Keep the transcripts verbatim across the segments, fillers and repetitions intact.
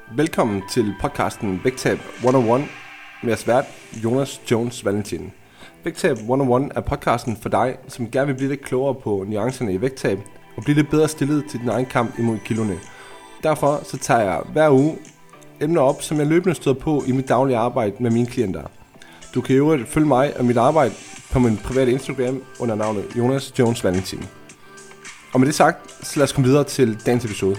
Velkommen til podcasten Vægtab et nul et med jeres vært Jonas Jones Valentin. Vægtab et nul et er podcasten for dig, som gerne vil blive lidt klogere på nuancerne i vægttab og blive lidt bedre stillet til din egen kamp imod kiloene. Derfor så tager jeg hver uge emner op, som jeg løbende støder på i mit daglige arbejde med mine klienter. Du kan jo følge mig og mit arbejde på min private Instagram under navnet Jonas Jones Valentin. Og med det sagt, så lad os komme videre til dagens episode.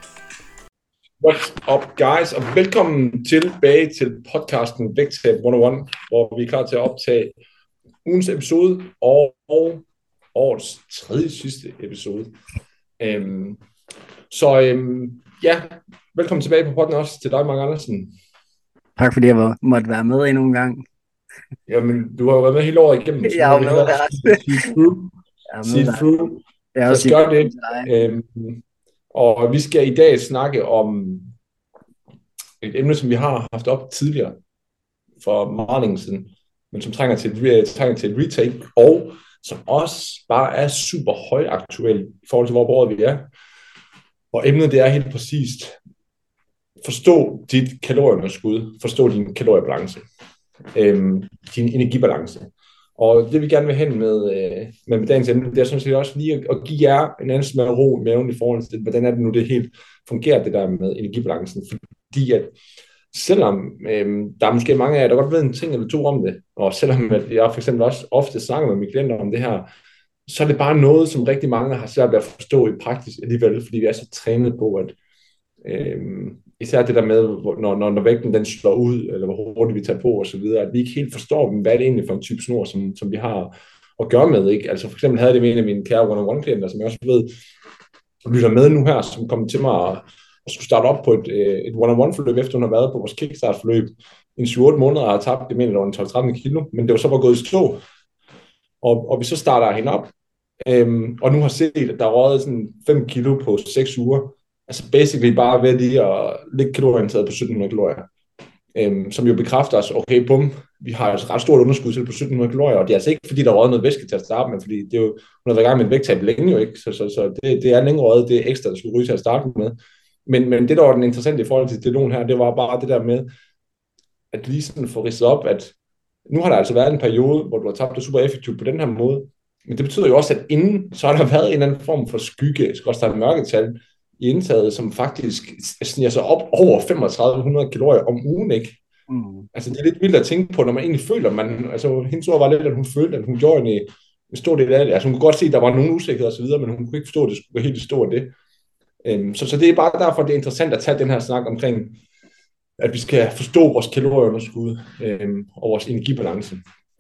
What's up, guys, og velkommen tilbage til podcasten Vægtab et nul et, hvor vi er klar til at optage ugens episode og, og årets tredje sidste episode. Øhm, så øhm, ja, velkommen tilbage på podden også til dig, Mark Andersen. Tak fordi jeg måtte være med endnu en gang. Jamen, du har jo været med hele året igennem. Jeg er med der. See through. Jeg er også gør det. Øhm, og vi skal i dag snakke om et emne, som vi har haft op tidligere for meget længe siden, men som trænger til, et, trænger til et retake, og som også bare er super højaktuelt i forhold til, hvor på året vi er. Og emnet, det er helt præcist: forstå dit kalorieunderskud, forstå din kaloriebalance, øhm, din energibalance. Og det vi gerne vil hen med, øh, med dagens emne, det er sådan set også lige at, at give jer en anden smag ro i maven i forhold til, hvordan er det nu, det helt fungerer, det der med energibalancen. Fordi at selvom øh, der er måske mange af jer, der godt ved en ting eller to om det, og selvom at jeg for eksempel også ofte snakker med mine klienter om det her, så er det bare noget, som rigtig mange har svært ved at forstå i praksis alligevel, fordi vi er så trænet på, at øh, især det der med, når, når, når vægten den slår ud, eller hvor hurtigt vi tager på og så videre, at vi ikke helt forstår, hvad er det egentlig for en type snor, som, som vi har at gøre med, ikke? Altså for eksempel havde det med en af mine kære one-on-one-klienter, som jeg også ved, lytter med nu her, som kom til mig at, at skulle starte op på et, et one-on-one-forløb, efter hun har været på vores kickstart-forløb i syv otte måneder, og har tabt, det mener, det var en tolv tretten kilo, men det var så bare gået i stå, og, og vi så starter hende op, øhm, og nu har set, at der er røget sådan fem kilo på seks uger, altså basically bare ved lige at lægge kalorieindtaget på sytten hundrede kalorier, øhm, som jo bekræfter os, okay, bum, vi har altså ret stort underskud til på sytten hundrede kalorier, og det er altså ikke, fordi der er røget noget væske til at starte med, fordi det er jo, hun har været i gang med et vægttab længe jo ikke, så, så, så det, det er længe røget, det er ekstra, der skulle ryge til at starte med. Men, men det, der var den interessante i forhold til dialogen her, det var bare det der med, at lige sådan få ridset op, at nu har der altså været en periode, hvor du har tabt det super effektivt på den her måde, men det betyder jo også, at inden, så har der været en eller anden form for skygge, skal også have mørketal, i indtaget, som faktisk sniger sig op over femogtredive hundrede kalorier om ugen, ikke? Mm. Altså, det er lidt vildt at tænke på, når man egentlig føler, man, altså, hendes ord var lidt, at hun følte, at hun gjorde en, en stor del af det. Altså, hun kunne godt se, at der var nogle usikkerheder og så videre, men hun kunne ikke forstå, at det skulle være helt stort det. Um, så, så det er bare derfor, det er interessant at tage den her snak omkring, at vi skal forstå vores kalorieunderskud um, og vores energibalance.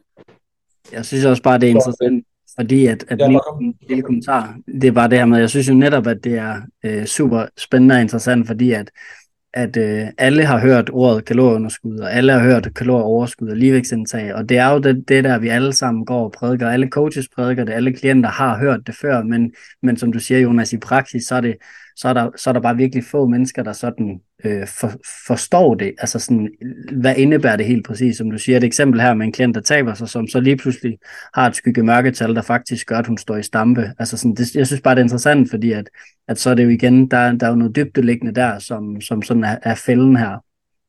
Jeg synes også bare, det er interessant, fordi at, at ja, min lille kommentar, det er bare det her med, jeg synes jo netop, at det er øh, super spændende og interessant, fordi at, at øh, alle har hørt ordet kalorieunderskud, og alle har hørt kalorieoverskud og ligevægtsindtag, og det er jo det, det der, vi alle sammen går og prædiker, alle coaches prædiker det, alle klienter har hørt det før, men, men som du siger, Jonas, i praksis, så er, det, så er, der, så er der bare virkelig få mennesker, der sådan øh, for, forstår det, altså sådan, hvad indebærer det helt præcis, som du siger, et eksempel her med en klient, der taber sig, som så lige pludselig har et skygge mørketal, der faktisk gør, at hun står i stampe, altså sådan, det, jeg synes bare, det er interessant, fordi at, at så er det jo igen, der, der er jo noget dybdeliggende der, som, som sådan er, er fælden her.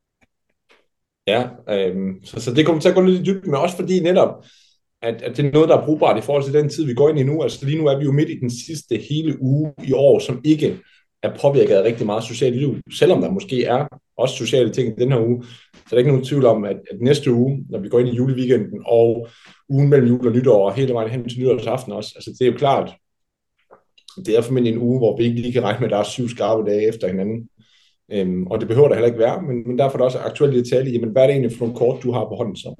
Ja, øhm, så, så det kommer til at gå lidt i dybden, men også fordi netop, at, at det er noget, der er brugbart i forhold til den tid, vi går ind i nu. Altså lige nu er vi jo midt i den sidste hele uge i år, som ikke er påvirket af rigtig meget socialt liv, selvom der måske er også sociale ting i den her uge. Så der er ikke nogen tvivl om, at, at næste uge, når vi går ind i juleweekenden, og ugen mellem jul og nytår, og hele vejen hen til nytårsaften også, altså det er jo klart, det er formentlig en uge, hvor vi ikke lige kan regne med, at der er syv skarpe dage efter hinanden. Øhm, og det behøver der heller ikke være, men, men derfor er der også aktuelt i detalje, jamen hvad er det egentlig for nogle kort, du har på hånden så?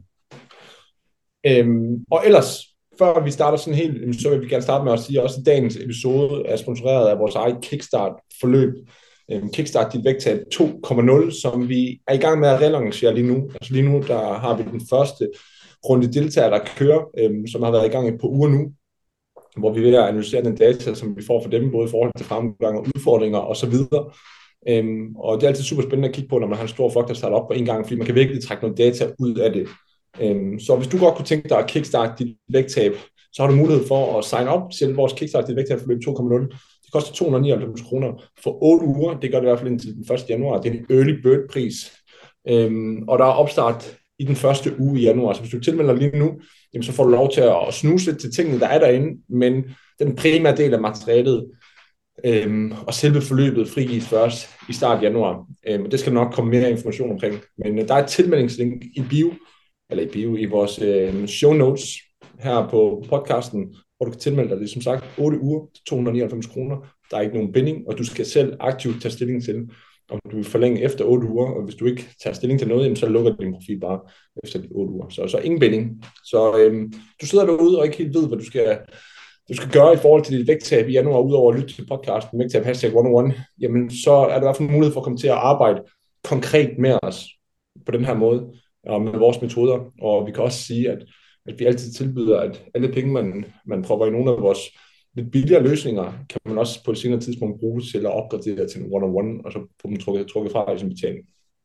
Øhm, og ellers, før vi starter sådan helt, så vil vi gerne starte med at sige, at også dagens episode er sponsoreret af vores eget Kickstart-forløb. Øhm, Kickstart dit vægttab to punkt nul, som vi er i gang med at relancere lige nu. Altså lige nu, der har vi den første runde deltagere, der kører, øhm, som har været i gang et par uger nu, hvor vi vil analysere den data, som vi får fra dem, både i forhold til fremgang og udfordringer osv. Øhm, og det er altid super spændende at kigge på, når man har en stor flok, der starter op på en gang, fordi man kan virkelig trække noget data ud af det. Øhm, så hvis du godt kunne tænke dig at kickstarte dit vægttab så har du mulighed for at sign op til vores Kickstart vægttabsforløb to punkt nul. Det koster to hundrede og nioghalvfems kroner for otte uger. Det gør det i hvert fald indtil den første januar. Det er en early bird pris. Øhm, og der er opstart i den første uge i januar. Så hvis du tilmelder lige nu, jamen, så får du lov til at snuse lidt til tingene, der er derinde. Men den primære del af materialet øhm, og selve forløbet frigives først i start januar. Øhm, det skal nok komme mere information omkring. Men øh, der er et tilmeldingslink i bio, eller i bio i vores øh, show notes her på podcasten, hvor du kan tilmelde dig. Det er som sagt otte uger til to hundrede og nioghalvfems kroner. Der er ikke nogen binding, og du skal selv aktivt tage stilling til, om du vil forlænge efter otte uger, og hvis du ikke tager stilling til noget, så lukker din profil bare efter de otte uger. Så, så ingen binding. Så øhm, du sidder derude og ikke helt ved, hvad du skal, du skal gøre i forhold til dit vægttab i januar, udover at lytte til podcasten, vægttab hashtag et nul et, jamen så er der i hvert fald en mulighed for at komme til at arbejde konkret med os på den her måde, og med vores metoder. Og vi kan også sige, at, at vi altid tilbyder, at alle penge, man, man propper i nogle af vores lidt billigere løsninger, kan man også på et senere tidspunkt bruge til at opgradere til en one-on-one, og så få dem trukket, trukket fra i sin betaling.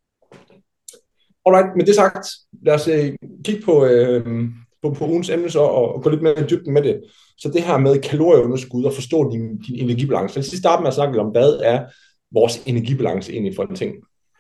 Alright, med det sagt, lad os uh, kigge på, uh, på, på ugens emne så, og, og gå lidt mere i dybden med det. Så det her med kalorieunderskud og forstå din, din energibalance. Jeg skal starte med at snakke lidt om, hvad er vores energibalance egentlig for en ting?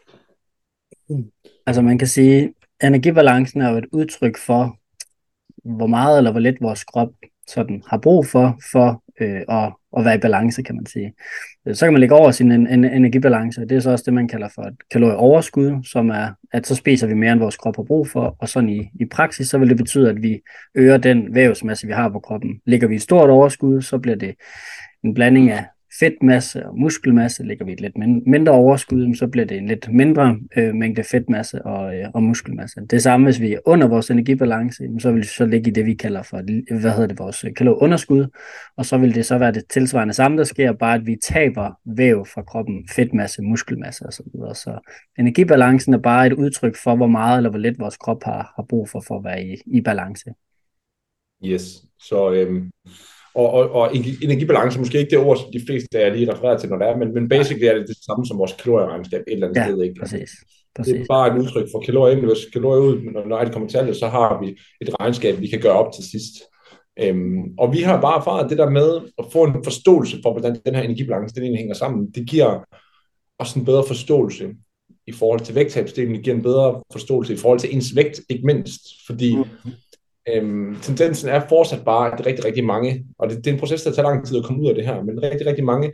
Altså man kan sige, energibalancen er jo et udtryk for, hvor meget eller hvor lidt vores krop sådan har brug for, for øh, at, at være i balance, kan man sige. Så kan man lægge over sin en, en energibalance, det er så også det, man kalder for et kalorieoverskud, som er, at så spiser vi mere, end vores krop har brug for, og sådan i, i praksis, så vil det betyde, at vi øger den vævsmasse, vi har på kroppen. Ligger vi i et stort overskud, så bliver det en blanding af fedtmasse og muskelmasse. Ligger vi et lidt mindre overskud, så bliver det en lidt mindre øh, mængde fedtmasse og, øh, og muskelmasse. Det samme, hvis vi er under vores energibalance, så vil det så ligge i det, vi kalder for, hvad hedder det, vores kalorieunderskud, og så vil det så være det tilsvarende samme, der sker, bare at vi taber væv fra kroppen, fedtmasse, muskelmasse osv. Så, så energibalancen er bare et udtryk for, hvor meget eller hvor lidt vores krop har, har brug for, for at være i, i balance. Yes, så... Øhm Og, og, og energibalance er måske ikke det ord, som de fleste af jer lige refererer til, når det er, men, men basically er det det samme som vores kalorieregnskab et eller andet ja, sted. Ikke? Præcis, præcis. Det er bare et udtryk for kalorier ind, hvis kalorier ud, når, når alt kommer til alt, så har vi et regnskab, vi kan gøre op til sidst. Øhm, og vi har bare erfaret det der med at få en forståelse for, hvordan den her energibalance den egentlig hænger sammen. Det giver også en bedre forståelse i forhold til vægttabsdelen, det giver en bedre forståelse i forhold til ens vægt, ikke mindst, fordi mm. Øhm, tendensen er fortsat bare, at rigtig, rigtig mange, og det, det er en proces, der tager lang tid at komme ud af det her, men rigtig, rigtig mange,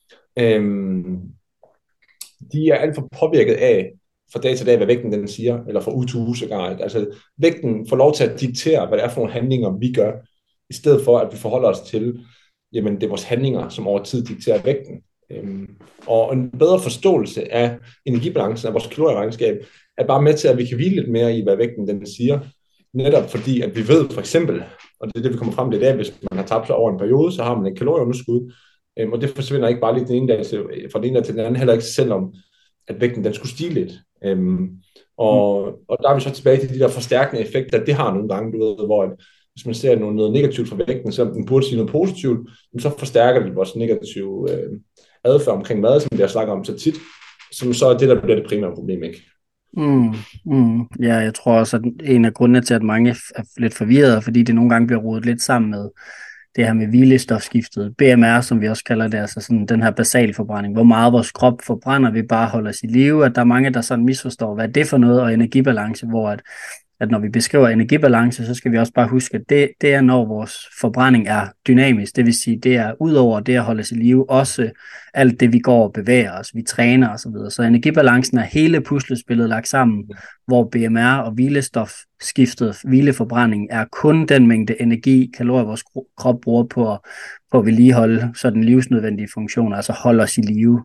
øhm, de er alt for påvirket af, fra dag til dag, hvad vægten den siger, eller fra uge til uge sågar. Altså, vægten får lov til at diktere, hvad det er for nogle handlinger, vi gør, i stedet for, at vi forholder os til, jamen, det er vores handlinger, som over tid dikterer vægten. Øhm, og en bedre forståelse af energibalancen af vores kalorieregnskab, er bare med til, at vi kan hvile lidt mere i, hvad vægten den siger. Netop fordi, at vi ved for eksempel, og det er det, vi kommer frem til i dag, hvis man har tabt sig over en periode, så har man et kalorieunderskud, øhm, og det forsvinder ikke bare lige den ene dag til, fra den ene dag til den anden, heller ikke selvom, at vægten den skulle stige lidt. Øhm, og, og der er vi så tilbage til de der forstærkende effekter, det har nogle gange, du ved, hvor at, hvis man ser noget, noget negativt fra vægten, selvom den burde sige noget positivt, så forstærker det vores negative øh, adfærd omkring mad, som vi har snakket om så tit, som så er det, der bliver det primære problem, ikke? Mm, mm. Ja, jeg tror også, at en af grundene til, at mange er lidt forvirrede, fordi det nogle gange bliver rodet lidt sammen med det her med hvilestofskiftet, B M R, som vi også kalder det, altså sådan den her basal forbrænding, hvor meget vores krop forbrænder, vi bare holder os i live, at der er mange, der sådan misforstår, hvad det er for noget, og energibalance, hvor at at når vi beskriver energibalance, så skal vi også bare huske, at det, det er, når vores forbrænding er dynamisk. Det vil sige, det er ud over det at holde os i live, også alt det, vi går og bevæger os, vi træner osv. Så, så energibalancen er hele puslespillet lagt sammen, hvor B M R og hvilestofskiftet, hvileforbrænding, er kun den mængde energi, kalorier, vores krop bruger på at, på at vedligeholde sådan livsnødvendige funktioner, altså holde os i live.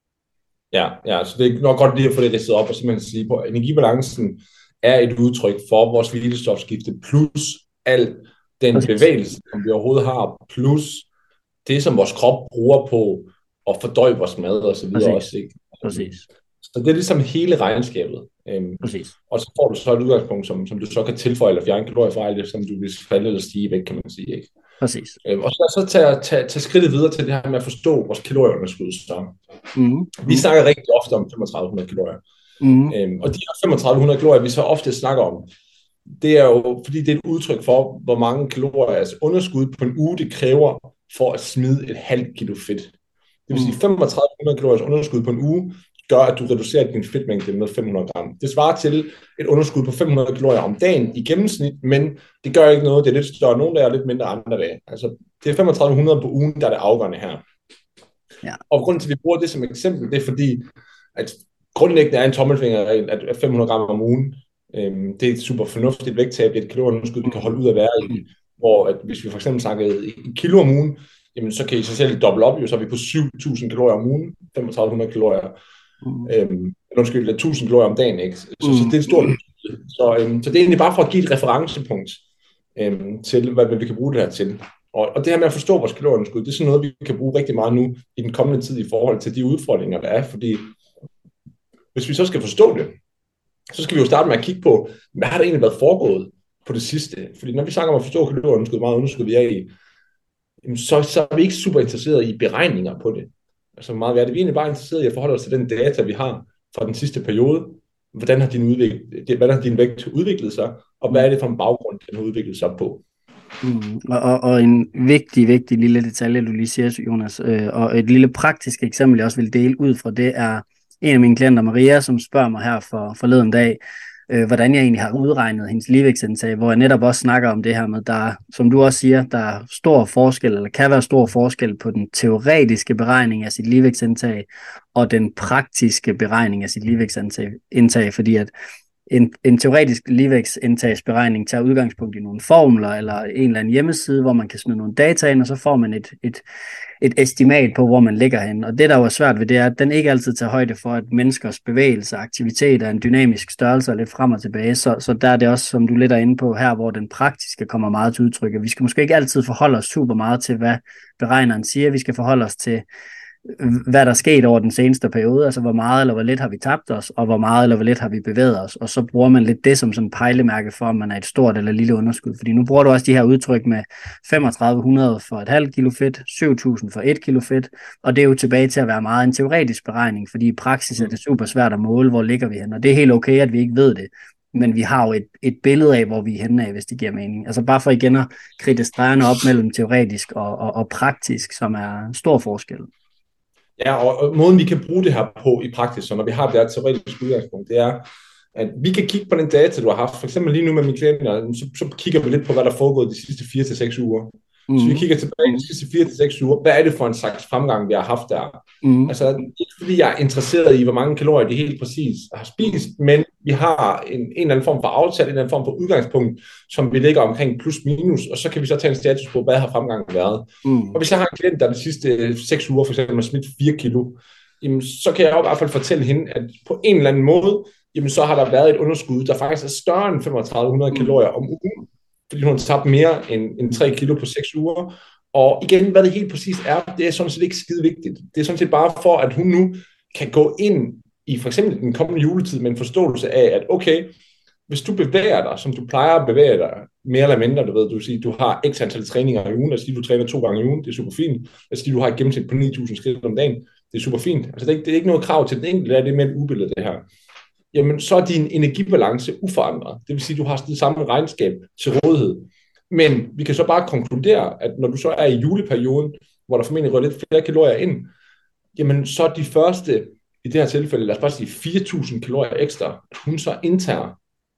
Ja, ja, så det er nok godt lige at få det ridset op og simpelthen sige på, energibalancen er et udtryk for vores hvilestofskifte, plus al den bevægelse, som vi overhovedet har, plus det, som vores krop bruger på at fordøje vores mad og så videre. Også, ikke? Præcis. Så det er ligesom hele regnskabet. Øhm, Præcis. Og så får du så et udgangspunkt, som, som du så kan tilføje eller fjerne kalorier fra, eller som du vil falde eller stige væk, kan man sige. Ikke? Præcis. Øhm, og så, så tage, tage, tage skridtet videre til det her med at forstå vores kalorieunderskud. Så. Mm. Vi snakker rigtig ofte om tre tusind fem hundrede kalorier. Mm. Øhm, og de her tre tusind fem hundrede kalorier, vi så ofte snakker om, det er jo, fordi det er et udtryk for, hvor mange kalorier, altså underskud på en uge, det kræver for at smide et halvt kilo fedt. Det vil sige, femogtredive hundrede kalorier underskud på en uge, gør, at du reducerer din fedtmængde med fem hundrede gram. Det svarer til et underskud på fem hundrede kalorier om dagen i gennemsnit, men det gør ikke noget. Det er lidt større nogle dage og lidt mindre andre dage. Altså, det er femogtredive hundrede på ugen, der er det afgørende her. Ja. Og grunden til, at vi bruger det som eksempel, det er fordi, at grundlæggende er en tommelfingerregel, at fem hundrede gram om ugen, øhm, det er et super fornuftigt vægttab, det er et kalorieunderskud, du kan holde ud at være i. Hvor at hvis vi for eksempel snakkede i kilo om ugen, jamen så kan I sig selv dobbelt op, jo, så er vi på syv tusind kalorier om ugen, femogtredive hundrede kalorier. Mm. Øhm, undskyld, tusind kalorier om dagen, ikke? Så, mm. så det er et stort. Så, øhm, så det er egentlig bare for at give et referencepunkt øhm, til, hvad, hvad vi kan bruge det her til. Og, og det her med at forstå vores kalorieunderskud, det er sådan noget, vi kan bruge rigtig meget nu i den kommende tid i forhold til de udfordringer, der er. Fordi hvis vi så skal forstå det, så skal vi jo starte med at kigge på, hvad har der egentlig været foregået på det sidste? Fordi når vi snakker om at forstå kalorieunderskud, meget underskud vi er i, så, så er vi ikke super interesseret i beregninger på det. Altså meget værd. Vi er egentlig bare interesseret i at forholde os til den data, vi har fra den sidste periode. Hvordan har din, udvik- hvordan har din vægt udviklet sig, og hvad er det for en baggrund, den har udviklet sig på? Mm, og, og en vigtig, vigtig lille detalje, du lige siger, Jonas, øh, og et lille praktisk eksempel, jeg også vil dele ud fra, det er en af mine klienter, Maria, som spørger mig her for forleden dag, øh, hvordan jeg egentlig har udregnet hendes ligevægtsindtag, hvor jeg netop også snakker om det her med, der, som du også siger, der er stor forskel, eller kan være stor forskel på den teoretiske beregning af sit ligevægtsindtag, og den praktiske beregning af sit ligevægtsindtag, fordi at En, en teoretisk ligevægtsindtagsberegning tager udgangspunkt i nogle formler eller en eller anden hjemmeside, hvor man kan smide nogle data ind, og så får man et, et, et estimat på, hvor man ligger hen. Og det, der jo er svært ved det, er, at den ikke altid tager højde for, at menneskers bevægelse og aktivitet er en dynamisk størrelse og lidt frem og tilbage. Så, så der er det også, som du lidt er inde på her, hvor den praktiske kommer meget til udtryk. Vi skal måske ikke altid forholde os super meget til, hvad beregneren siger. Vi skal forholde os til, hvad der er sket over den seneste periode, altså hvor meget eller hvor lidt har vi tabt os, og hvor meget eller hvor lidt har vi bevæget os, og så bruger man lidt det som sådan en pejlemærke for, om man er et stort eller lille underskud, fordi nu bruger du også de her udtryk med femogtredive hundrede for et halvt kilo fedt, syv tusind for et kilo fedt, og det er jo tilbage til at være meget en teoretisk beregning, fordi i praksis er det super svært at måle, hvor ligger vi hen, og det er helt okay, at vi ikke ved det, men vi har jo et, et billede af, hvor vi er henne af, hvis det giver mening. Altså bare for igen at kridte stregerne op mellem teoretisk og, og, og praktisk, som er en stor forskel. Ja, og måden vi kan bruge det her på i praksis, så når vi har det her teoretiske udgangspunkt, det er, at vi kan kigge på den data, du har haft. For eksempel lige nu med mine klienter, så, så kigger vi lidt på, hvad der er foregået de sidste fire til seks uger. Mm. Så vi kigger tilbage de sidste fire til seks uger. Hvad er det for en slags fremgang, vi har haft der? Mm. Altså, ikke fordi jeg er interesseret i, hvor mange kalorier de helt præcis har spist, men vi har en, en eller anden form for aftale, en eller anden form for udgangspunkt, som vi ligger omkring plus minus, og så kan vi så tage en status på, hvad har fremgangen været. Mm. Og hvis jeg har en klient, der de sidste seks uger for eksempel har smidt fire kilo, jamen, så kan jeg jo i hvert fald fortælle hende, at på en eller anden måde, jamen, så har der været et underskud, der faktisk er større end femogtredive hundrede kalorier om ugen, fordi hun har tabt mere end, end tre kilo på seks uger. Og igen, hvad det helt præcis er, det er sådan set ikke skide vigtigt. Det er sådan set bare for, at hun nu kan gå ind i for eksempel den kommende juletid med en forståelse af, at okay, hvis du bevæger dig, som du plejer at bevæge dig, mere eller mindre, du ved, du siger, du har x antal træninger i ugen, lad os sige, du træner to gange i ugen, det er super fint. Lad os sige, du har et gennemsnit på ni tusind skridt om dagen, det er super fint. Altså, det er ikke, det er ikke noget krav til den enkelte, det er mere et ubillede, det her. Jamen, så er din energibalance uforandret. Det vil sige, at du har det samme regnskab til rådighed. Men vi kan så bare konkludere, at når du så er i juleperioden, hvor der formentlig rører lidt flere kalorier ind, jamen så er de første, i det her tilfælde, lad os bare sige fire tusind kalorier ekstra, hun så indtager.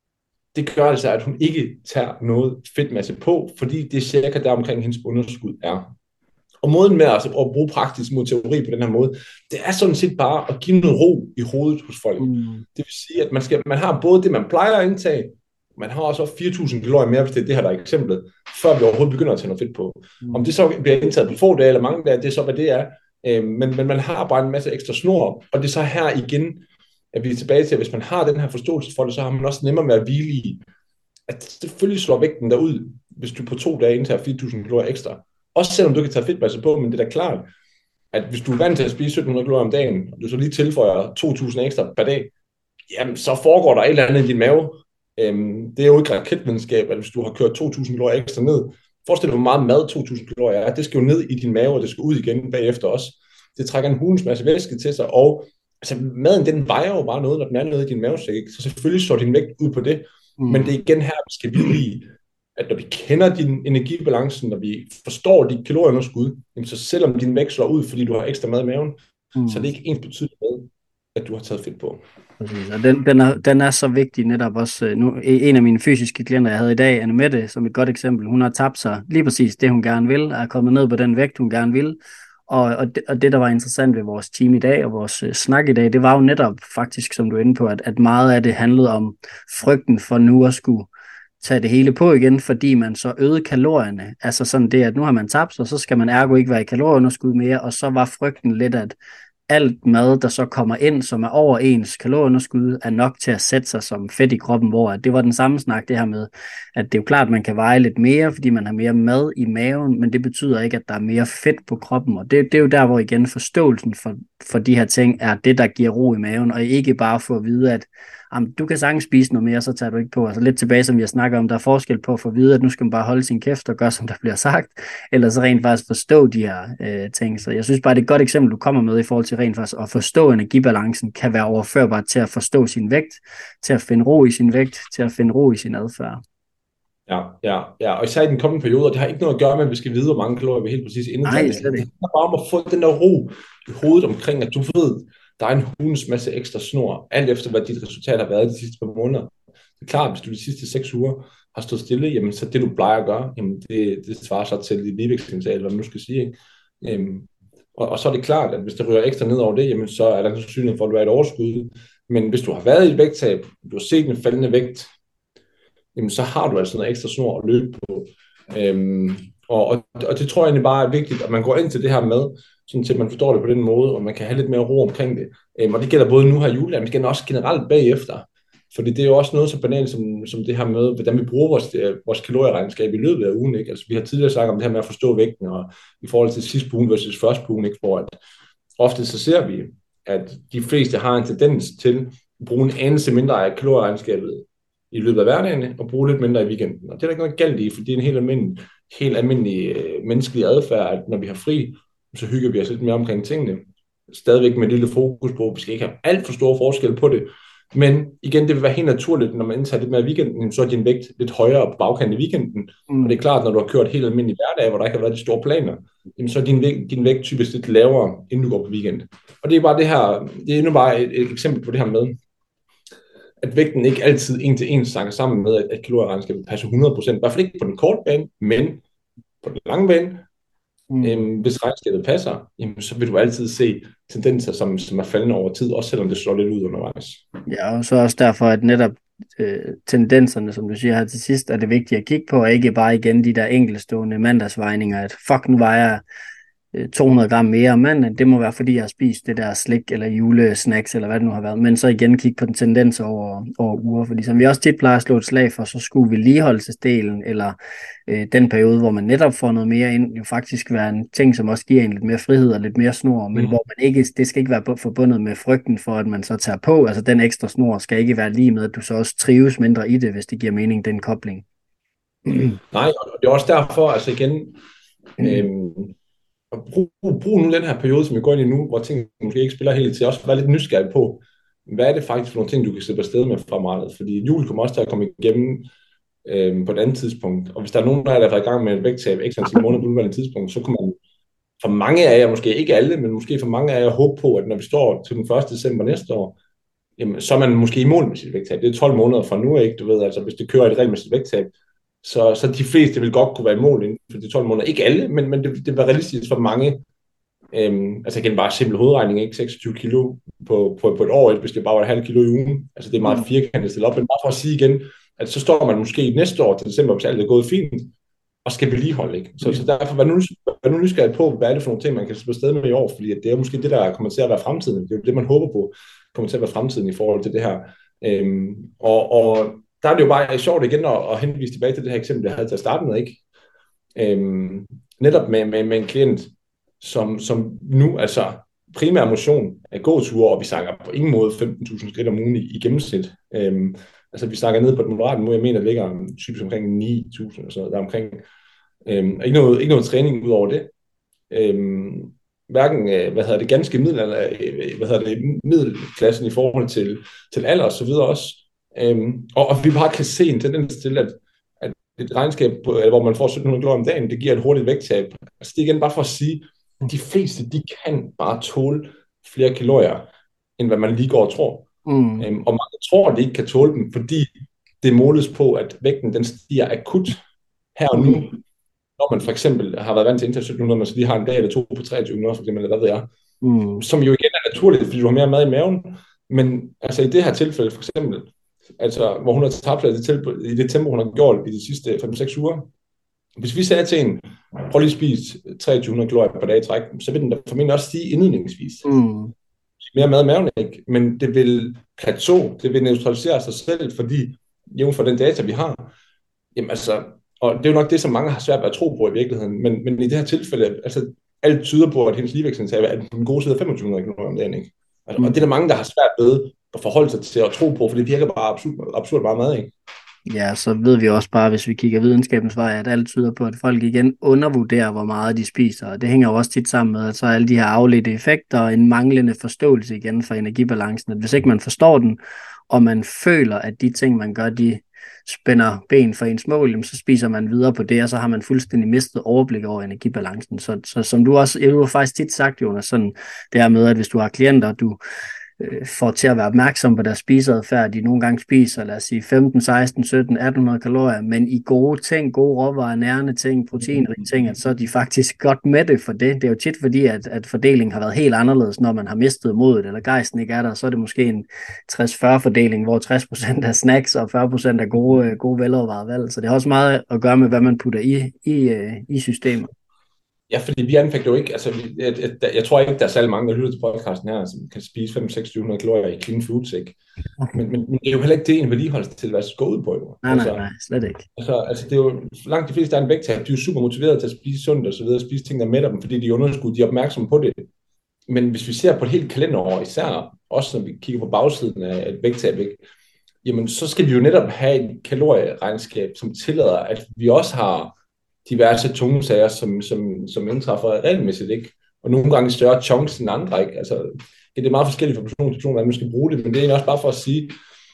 Det gør altså, at hun ikke tager noget fedtmasse på, fordi det er cirka der omkring hendes underskud er. Og måden med altså, at bruge praktisk mod teori på den her måde, det er sådan set bare at give noget ro i hovedet hos folk. Mm. Det vil sige, at man, skal, man har både det, man plejer at indtage, man har også fire tusind kalorier mere, hvis det er det her, der er eksemplet, før vi overhovedet begynder at tage noget fedt på. Mm. Om det så bliver indtaget på få dage eller mange dage, det er så, hvad det er. Øh, men, men man har bare en masse ekstra snor, og det er så her igen, at vi er tilbage til, at hvis man har den her forståelse for det, så har man også nemmere med at hvile i, at selvfølgelig slår vægten derud, hvis du på to dage indtager fire tusind kalorier ekstra. Også selvom du kan tage fedtmasse på, men det er da klart, at hvis du er vant til at spise sytten hundrede kalorier om dagen, og du så lige tilføjer to tusind ekstra per dag, jamen så foregår der et eller andet i din mave. Øhm, det er jo ikke raketvidenskab, at hvis du har kørt to tusind kalorier ekstra ned, forestil dig, hvor meget mad to tusind kalorier er. Det skal jo ned i din mave, og det skal ud igen bagefter også. Det trækker en hulens masse væske til sig, og altså, maden den vejer jo bare noget, når den er nede i din mavesæk. Så selvfølgelig slår din vægt ud på det. Mm. Men det er igen her, vi skal vide i, at når vi kender din energibalance, når vi forstår dit kalorieunderskud, så selvom din vægt slår ud, fordi du har ekstra mad i maven, mm. så er det ikke ens betydning med, at du har taget fedt på. Præcis, og den, den, er, den er så vigtig netop også. Nu, en af mine fysiske klienter, jeg havde i dag, Anne Mette, som et godt eksempel, hun har tabt sig lige præcis det, hun gerne vil, er kommet ned på den vægt, hun gerne vil. Og, og, det, og det, der var interessant ved vores team i dag, og vores øh, snak i dag, det var jo netop faktisk, som du er inde på, at, at meget af det handlede om frygten for nu at skulle tage det hele på igen, fordi man så øgede kalorierne. Altså sådan det, at nu har man tabt sig, så skal man ergo ikke være i kalorieunderskud mere, og så var frygten lidt, at alt mad, der så kommer ind, som er over ens kalorieunderskud, er nok til at sætte sig som fedt i kroppen, hvor det var den samme snak, det her med, at det er jo klart, at man kan veje lidt mere, fordi man har mere mad i maven, men det betyder ikke, at der er mere fedt på kroppen, og det, det er jo der, hvor igen forståelsen for, for de her ting er det, der giver ro i maven, og ikke bare få at vide, at jamen, du kan sagtens spise noget mere, så tager du ikke på. Altså lidt tilbage, som jeg snakker om, der er forskel på at få at vide, at nu skal man bare holde sin kæft og gøre, som der bliver sagt, eller så rent faktisk forstå de her øh, ting. Så jeg synes bare, det er et godt eksempel, du kommer med i forhold til rent faktisk at forstå energibalancen, kan være overførbart til at forstå sin vægt, til at finde ro i sin vægt, til at finde ro i sin adfærd. Ja, ja, ja, og især i den kommende periode, og det har ikke noget at gøre med, at vi skal vide, hvor mange kalorier vi helt præcis indtager. Det handler bare om at få den der ro i hovedet omkring, at du ved, der er en hulens masse ekstra snor, alt efter hvad dit resultat har været de sidste par måneder. Det er klart, hvis du de sidste seks uger har stået stille, jamen så det du plejer at gøre, jamen det, det svarer sig til dit ligevægtsindtag, eller hvad man nu skal sige. Ikke? Øhm, og, og så er det klart, at hvis det rører ekstra ned over det, jamen så er der en sandsynlighed for, at du er et overskud. Men hvis du har været i et vægttab, du har set en faldende vægt, jamen så har du altså noget ekstra snor at løbe på. Øhm, og, og, og det tror jeg egentlig bare er vigtigt, at man går ind til det her med, sådan til man forstår det på den måde, og man kan have lidt mere ro omkring det. Øhm, og det gælder både nu her i julen, men det gælder også generelt bagefter. Fordi det er jo også noget så banalt som, som det her med, hvordan vi bruger vores, vores kalorieregnskab i løbet af ugen. Ikke? Altså, vi har tidligere snakket om det her med at forstå vægten, og i forhold til sidste uge versus første uge, ikke? Hvor at ofte så ser vi, at de fleste har en tendens til at bruge en anelse mindre af kalorieregnskabet i løbet af hverdagen, og bruge lidt mindre i weekenden. Og det er der ikke noget galt i, for det er en helt almindelig, helt almindelig øh, menneskelig adfærd, at når vi har fri, så hygger vi os lidt mere omkring tingene. Stadigvæk med et lille fokus på, at vi skal ikke have alt for store forskel på det. Men igen, det vil være helt naturligt, når man indtager lidt mere i weekenden, så er din vægt lidt højere på bagkanten i weekenden. Mm. Og det er klart, når du har kørt helt almindelig hverdag, hvor der ikke har været de store planer, så er din vægt, din vægt typisk lidt lavere, inden du går på weekend. Og det er bare det her, det er endnu bare et, et eksempel på det her med, at vægten ikke altid en til en snakker sammen med, at kalorieregnskabet passer hundrede procent. I hvert fald ikke på den korte bane, men på den lange bane. Mm. Øhm, hvis regnskabet passer, jamen, så vil du altid se tendenser, som, som er faldende over tid, også selvom det slår lidt ud undervejs. Ja, og så også derfor, at netop øh, tendenserne, som du siger her til sidst, er det vigtigt at kigge på, og ikke bare igen de der enkeltstående mandagsvejninger, at fuck, nu vejer jeg to hundrede gram mere om mandagen, det må være, fordi jeg har spist det der slik eller julesnacks, eller hvad det nu har været, men så igen kigge på den tendens over, over uger, fordi som vi også tit plejer at slå et slag for, så skulle vedligeholdelsesdelen, eller øh, den periode, hvor man netop får noget mere ind, jo faktisk være en ting, som også giver en lidt mere frihed og lidt mere snor, men mm. hvor man ikke, det skal ikke være forbundet med frygten for, at man så tager på, altså den ekstra snor skal ikke være lige med, at du så også trives mindre i det, hvis det giver mening, den kobling. Nej, og det er også derfor, altså igen, mm. øhm, Brug, brug nu den her periode, som vi går ind i nu, hvor ting måske ikke spiller helt til, også være lidt nysgerrig på, hvad er det faktisk for nogle ting, du kan slippe afsted med fremadrettet, fordi jul kommer også til at komme igennem øh, på et andet tidspunkt, og hvis der er nogen, der er, der er i gang med et vægttab ekstra antal måneder på et tidspunkt, så kan man, for mange af jer, måske ikke alle, men måske for mange af jer, håbe på, at når vi står til den første december næste år, jamen, så er man måske i mål med sit vægttab. Det er tolv måneder fra nu, ikke? Du ved, altså hvis det kører et regelmæssigt vægttab, Så, så de fleste vil godt kunne være i mål inden for de tolv måneder. Ikke alle, men, men det, det var realistisk for mange. Øhm, altså igen, bare simpel hovedregning, ikke? seksogtyve kilo på, på, på et år, hvis det bare var et halvt kilo i ugen. Altså det er meget firkantet stillet op, men bare for at sige igen, at så står man måske næste år til december, hvis alt er gået fint, og skal vedligeholde, ikke? Så, så derfor, vær nu, vær nu nysgerrig på, hvad er det for nogle ting, man kan slippe afsted med i år, fordi det er måske det, der kommer til at være fremtiden. Det er jo det, man håber på, kommer til at være fremtiden i forhold til det her. Øhm, og, og der er det jo bare sjovt igen at, at henvise tilbage til det her eksempel, jeg havde til at starte med, ikke? Øhm, netop med, med, med en klient, som, som nu, altså primær motion er gåture, og vi snakker på ingen måde femten tusind skridt om ugen i, i gennemsnit. Øhm, altså vi snakker ned på den moderate måde, jeg mener, det ligger typisk omkring ni tusind, og sådan noget, der omkring. Øhm, ikke, noget, ikke noget træning ud over det. Øhm, hverken, hvad hedder det, ganske middel, eller, hvad hedder det, middelklassen i forhold til, til alder og så videre også. Øhm, og, og vi bare kan se en tendens til, at, at et regnskab, hvor man får sytten hundrede kalorier om dagen, det giver et hurtigt vægttab. Altså det er igen bare for at sige, at de fleste, de kan bare tåle flere kalorier, end hvad man lige går og tror. Mm. Øhm, og mange tror, at de ikke kan tåle dem, fordi det måles på, at vægten den stiger akut her og nu. Mm. Når man for eksempel har været vant til indtil sytten hundrede, men så lige har en dag eller to på treogtyve hundrede, for eksempel, eller hvad ved jeg, mm. som jo igen er naturligt, fordi du har mere mad i maven. Men altså i det her tilfælde for eksempel, altså hvor hun har tabt i det, i det tempo, hun har gjort i de sidste fem til seks uger. Hvis vi sagde til en, prøv lige at spise treogtyve hundrede kalorier per dag i træk, så vil den da formentlig også stige indledningsvis. Mm. Mere mad i maven ikke, men det vil plateau, det vil neutralisere sig selv, fordi jævn for den data, vi har, jamen altså, og det er jo nok det, som mange har svært ved at tro på i virkeligheden, men, men i det her tilfælde, altså alt tyder på, at hendes ligevægtsindtag er på den gode side af femogtyve hundrede kalorier om dagen, ikke? Altså, mm. Og det er der mange, der har svært ved at forholde sig til at tro på, for det virker bare absurd, absurd meget mad, ikke? Ja, så ved vi også bare, hvis vi kigger videnskabens vej, at alt tyder på, at folk igen undervurderer, hvor meget de spiser. Og det hænger jo også tit sammen med, at så er alle de her afledte effekter og en manglende forståelse igen for energibalancen. At hvis ikke man forstår den, og man føler, at de ting, man gør, de spænder ben for ens mål, så spiser man videre på det, og så har man fuldstændig mistet overblik over energibalancen. Så, så som du også, du har faktisk tit sagt, Jonas, sådan det her med, at hvis du har klienter, du får til at være opmærksom på deres spiseadfærd. De nogle gange spiser, lad os sige, femten, seksten, sytten, atten hundrede kalorier, men i gode ting, gode råvarer, nærende ting, proteinrige ting, at så er de faktisk godt med det for det. Det er jo tit fordi, at, at fordelingen har været helt anderledes, når man har mistet modet, eller gejsten ikke er der, så er det måske en tres fyrre fordeling, hvor tres procent er snacks, og fyrre procent er gode, gode velovervejede valg. Så det har også meget at gøre med, hvad man putter i, i, i systemet. Ja, fordi vi anfægter jo ikke, altså jeg, jeg, jeg tror ikke, der er særlig mange, der lytter til podcasten her, som kan spise fem til seks hundrede kalorier i clean foods, ikke? Men, men, men det er jo heller ikke det, en vedligeholdelsestilværelse går ud på. Jo. Nej, altså, nej, nej, slet ikke. Altså, altså det er jo langt de fleste, der er en vægttab, de er jo super motiveret til at spise sundt og så videre, spise ting, der mætter dem, fordi de er underskud, de er opmærksomme på det. Men hvis vi ser på et helt kalenderår, især også når vi kigger på bagsiden af et vægttab, ikke? Jamen så skal vi jo netop have et kalorieregnskab, som tillader, at vi også har diverse tunge sager, som, som, som indtræffer regelmæssigt, ikke? Og nogle gange større chunks end andre, ikke? Altså, det er meget forskelligt fra person til person, hvordan man skal bruge det, men det er egentlig også bare for at sige,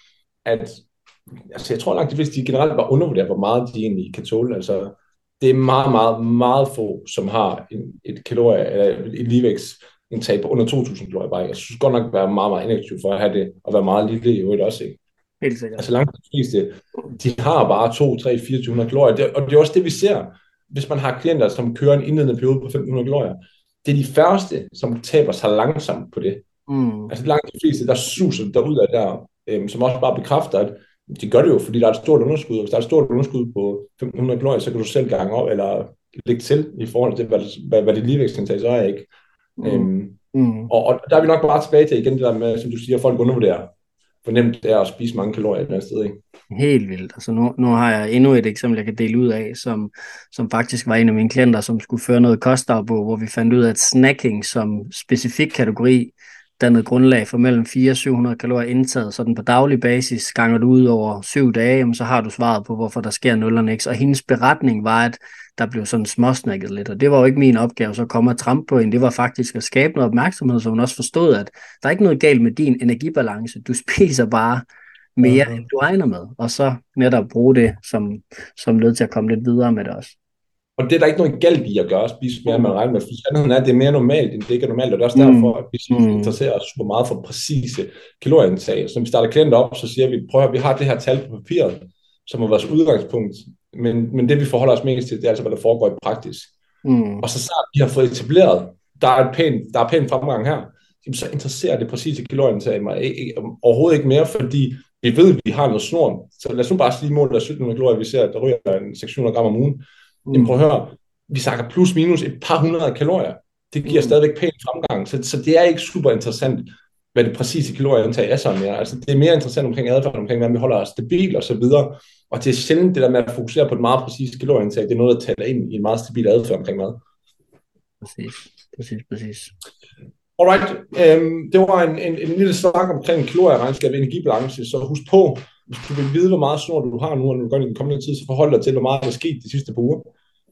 at altså, jeg tror langt de fleste, de generelt bare undervurderer, hvor meget de egentlig kan tåle. Altså, det er meget, meget, meget få, som har en, et kalorie, eller et ligevægtsindtag på under to tusind kalorier bare. Jeg synes godt nok, være meget, meget inaktiv for at have det, og være meget lille i øvrigt også, ikke? Helt sikkert. Altså langt de fleste, de har bare to, tre, fireogtyve hundrede kalorier, det, og det er også det, vi ser, hvis man har klienter, som kører en indledende periode på femten hundrede kalorier. Det er de færreste, som taber sig langsomt på det. Mm. Altså langt de fleste, der suser derud af der, øhm, som også bare bekræfter, at de gør det jo, fordi der er et stort underskud, og hvis der er et stort underskud på femten hundrede kalorier, så kan du selv gange op, eller lægge til i forhold til, hvad, hvad, hvad dit ligevægtsindtag så er, ikke? Mm. Øhm, mm. Og, og der er vi nok bare tilbage til igen det der med, som du siger, folk undervurderer, hvor nemt det er at spise mange kalorier et eller andet sted, ikke? Helt vildt. Altså nu, nu har jeg endnu et eksempel, jeg kan dele ud af, som, som faktisk var en af mine klienter, som skulle føre noget kostdagbog, hvor vi fandt ud af, at snacking som specifik kategori dannede grundlag for mellem fire hundrede og syv hundrede kalorier indtaget, sådan på daglig basis, ganger du ud over syv dage, jamen, så har du svaret på, hvorfor der sker nul og niks. Og hendes beretning var, at der blev sådan småsnakket lidt, og det var jo ikke min opgave så at komme og trampe på hende, det var faktisk at skabe noget opmærksomhed, så hun også forstod, at der er ikke noget galt med din energibalance, du spiser bare mere, uh-huh. end du regner med, og så netop bruge det som, som led til at komme lidt videre med det også. Og det er der ikke noget galt i at gøre, at spise mere, end man regner med, for sandheden er, at det er mere normalt, end det ikke er normalt, og det er også derfor, at vi mm. interesserer os super meget for præcise kalorieindtag. Så når vi starter klienter op, så siger vi, prøv at vi har det her tal på papiret, som er vores udgangspunkt, men, men det vi forholder os mest til, det er altså, hvad der foregår i praksis. Mm. Og så snart vi har fået etableret, der er, et pæn, der er pæn fremgang her, så interesserer det præcise kalorieindtag mig overhovedet ikke mere, fordi vi ved, at vi har noget snor. Så lad os nu bare sige målet af sytten hundrede kalorier, vi ser, at der ryger en seks hundrede gram om ugen. Mm. Jamen prøv at høre, vi snakker plus minus et par hundrede kalorier. Det giver mm. stadigvæk pæn fremgang. Så, så det er ikke super interessant, hvad det præcise kalorieindtag er så mere. Altså det er mere interessant omkring adfærd, omkring hvordan vi holder os stabil og så videre. Og det er sjældent det der med at fokusere på et meget præcist kalorieindtag. Det er noget, der taler ind i en meget stabil adfærd omkring mad. Præcis, præcis, præcis. Alright, øhm, det var en, en, en lille snak omkring kalorieregnskab og energibalance, så husk på, hvis du vil vide, hvor meget snor du har nu, og når du gør det i den kommende tid, så forhold dig til, hvor meget der er sket de sidste par uger,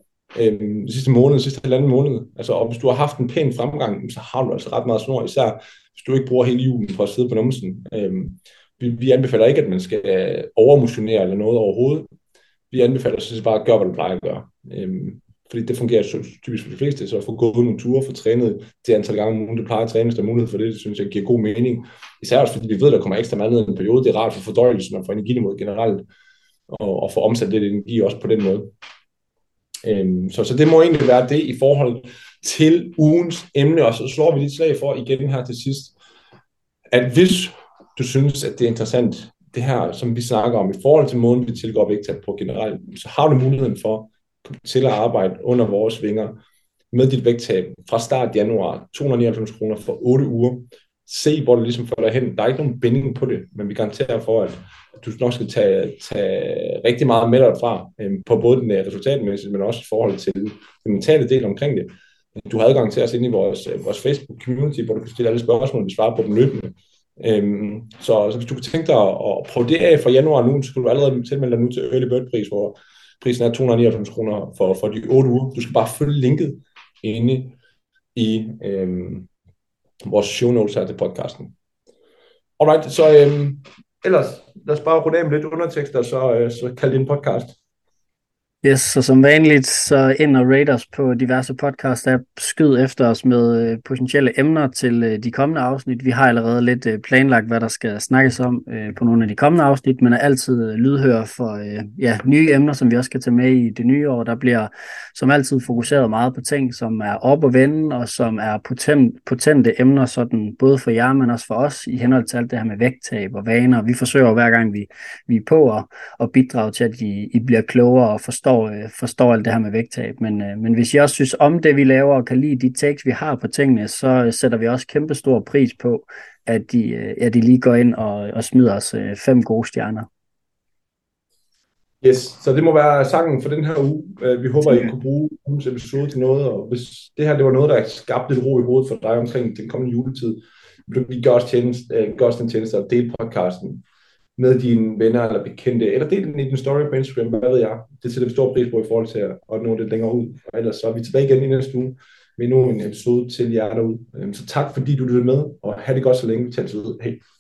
øhm, de sidste måned, de sidste halvanden måned. Altså, og hvis du har haft en pæn fremgang, så har du altså ret meget snor, især hvis du ikke bruger hele julen for at sidde på numsen. Øhm, Vi, vi anbefaler ikke, at man skal overmotionere eller noget overhovedet. Vi anbefaler så bare at gøre, hvad du plejer at gøre. Øhm, fordi det fungerer typisk for de fleste, så at få gået nogle ture, få trænet det antal gange om ugen, du plejer at træne, hvis der er mulighed for det, det synes jeg giver god mening. Især også fordi vi ved, at der kommer ekstra mad ned i en periode. Det er rart for fordøjelsen og for energiniveauet generelt, og, og få omsat lidt energi også på den måde. Øhm, så, så det må egentlig være det i forhold til ugens emne, og så slår vi lidt slag for igen her til sidst, at hvis du synes, at det er interessant, det her, som vi snakker om, i forhold til måden, vi tilgår vægttab på generelt, så har du muligheden for til at arbejde under vores vinger med dit vægttab fra start januar, to hundrede og nioghalvfems kroner for otte uger. Se, hvor du ligesom får dig hen. Der er ikke nogen binding på det, men vi garanterer for, at du nok skal tage, tage rigtig meget med derfra, øhm, på både den resultatmæssige, men også i forhold til den mentale del omkring det. Du har adgang til os inde i vores, vores Facebook-community, hvor du kan stille alle spørgsmål, og vi svarer på dem løbende. Øhm, så, så hvis du kan tænke dig at, at prøve det af fra januar nu, så kan du allerede tilmelde dig nu til Early Bird pris, hvor prisen er to hundrede og nioghalvfems kroner for, for de otte uger. Du skal bare følge linket inde i øhm, vores show notes her til podcasten. Alright, så øhm, ellers lad os bare runde af med lidt undertekster, så, øh, så kald det en podcast. Yes, så som vanligt, så ind og rate os på diverse podcast-app. Skyd efter os med øh, potentielle emner til øh, de kommende afsnit. Vi har allerede lidt øh, planlagt, hvad der skal snakkes om øh, på nogle af de kommende afsnit, men er altid øh, lydhør for øh, ja, nye emner, som vi også skal tage med i det nye år. Der bliver som altid fokuseret meget på ting, som er op og vende, og som er potent, potente emner, sådan både for jer, men også for os, i henhold til alt det her med vægttab og vaner. Vi forsøger hver gang, vi, vi er på at, at bidrage til, at I, I bliver klogere og forstår Forstår, forstår alt det her med vægttab, men, øh, men hvis I også synes om det, vi laver, og kan lide de takes, vi har på tingene, så sætter vi også kæmpe stor pris på, at de, øh, at de lige går ind og, og smider os øh, fem gode stjerner. Yes, så det må være sangen for den her uge. Vi håber, I kunne bruge ugens episode til noget, og hvis det her det var noget, der skabte lidt ro i hovedet for dig omkring den kommende juletid, vil du gøre os, tjeneste, gør os den tjeneste og dele podcasten med dine venner eller bekendte, eller del den i din story på Instagram, hvad ved jeg. Det sætter vi stor pris på i forhold til at nå det længere ud. Og ellers så er vi tilbage igen i næste uge med endnu en episode til jer derude. Så tak fordi du lyttede med, og have det godt så længe vi tager tid. Hej.